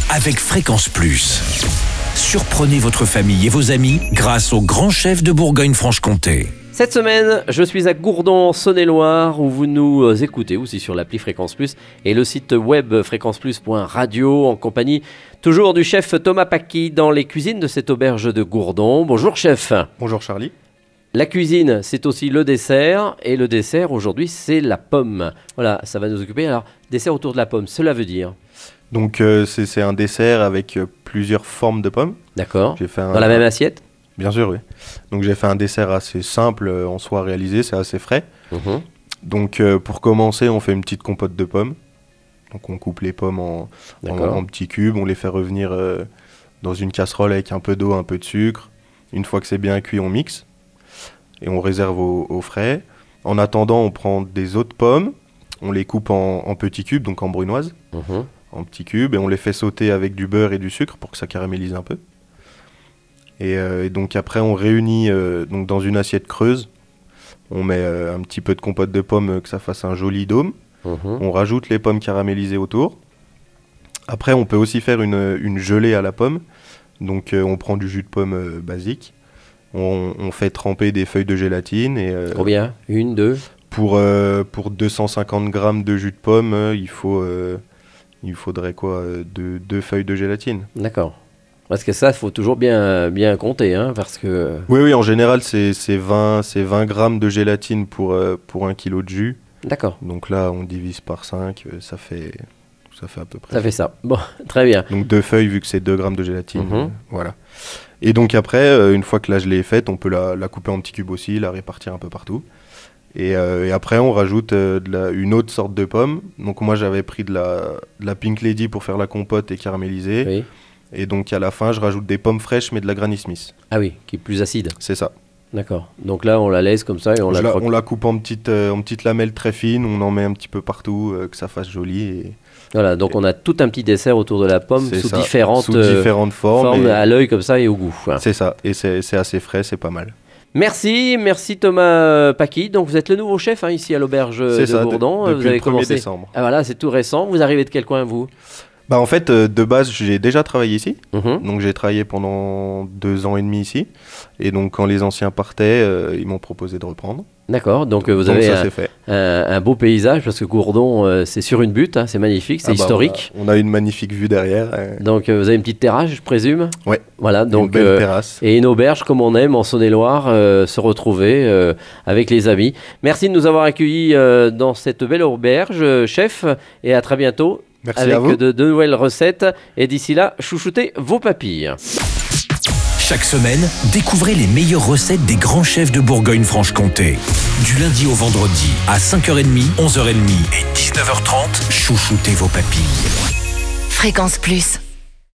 avec Fréquence Plus. Surprenez votre famille et vos amis grâce au grand chef de Bourgogne-Franche-Comté. Cette semaine, je suis à Gourdon, Saône-et-Loire, où vous nous écoutez aussi sur l'appli Fréquence Plus et le site web fréquenceplus.radio en compagnie toujours du chef Thomas Paqui dans les cuisines de cette auberge de Gourdon. Bonjour chef. Bonjour Charlie. La cuisine, c'est aussi le dessert et le dessert aujourd'hui, c'est la pomme. Voilà, ça va nous occuper. Alors, dessert autour de la pomme, cela veut dire? Donc c'est un dessert avec plusieurs formes de pommes. D'accord. Dans la même assiette? Bien sûr, oui. Donc j'ai fait un dessert assez simple en soi à réaliser, c'est assez frais. Donc pour commencer, on fait une petite compote de pommes. Donc on coupe les pommes en petits cubes, on les fait revenir dans une casserole avec un peu d'eau, un peu de sucre. Une fois que c'est bien cuit, on mixe et on réserve au frais. En attendant, on prend des autres pommes, on les coupe en petits cubes, donc en brunoise, en petits cubes, et on les fait sauter avec du beurre et du sucre pour que ça caramélise un peu. Et donc après on réunit donc dans une assiette creuse, on met un petit peu de compote de pommes que ça fasse un joli dôme, on rajoute les pommes caramélisées autour. Après on peut aussi faire une gelée à la pomme, donc on prend du jus de pomme basique, on fait tremper des feuilles de gélatine. Et, combien? Une, deux? Pour 250 grammes de jus de pomme, il faudrait quoi, deux feuilles de gélatine. D'accord. Parce que ça, il faut toujours bien compter, hein, parce que... Oui, en général, c'est 20 grammes de gélatine pour 1 kilo de jus. D'accord. Donc là, on divise par 5, ça fait à peu près. Ça fait ça. Bon, très bien. Donc 2 feuilles, vu que c'est 2 grammes de gélatine. Voilà. Et donc après, une fois que la gelée est faite, on peut la couper en petits cubes aussi, la répartir un peu partout. Et après, on rajoute une autre sorte de pomme. Donc moi, j'avais pris de la Pink Lady pour faire la compote et caraméliser. Oui. Et donc à la fin, je rajoute des pommes fraîches, mais de la Granny Smith. Ah oui, qui est plus acide. C'est ça. D'accord. Donc là, on la laisse comme ça et on la coupe en petites lamelles très fines, on en met un petit peu partout, que ça fasse joli. Et... Voilà, donc on a tout un petit dessert autour de la pomme sous différentes formes à l'œil comme ça et au goût. C'est ça, et c'est assez frais, c'est pas mal. Merci Thomas Paqui. Donc vous êtes le nouveau chef ici à l'auberge de Gourdon. Depuis vous avez le 1er commencé. décembre. Ah voilà, c'est tout récent. Vous arrivez de quel coin vous? Bah en fait, de base, j'ai déjà travaillé ici. Donc j'ai travaillé pendant 2 ans et demi ici. Et donc quand les anciens partaient, ils m'ont proposé de reprendre. D'accord, donc vous avez un beau paysage, parce que Gourdon, c'est sur une butte, hein, c'est magnifique, c'est historique. On a une magnifique vue derrière. Donc vous avez une petite terrasse, je présume? Ouais, voilà, donc, une belle terrasse. Et une auberge comme on aime en Saône-et-Loire, se retrouver avec les amis. Merci de nous avoir accueillis dans cette belle auberge, chef, et à très bientôt. Merci avec à vous. de nouvelles recettes. Et d'ici là, chouchoutez vos papilles. Chaque semaine, découvrez les meilleures recettes des grands chefs de Bourgogne-Franche-Comté. Du lundi au vendredi, à 5h30, 11h30 et 19h30, chouchoutez vos papilles. Fréquence Plus.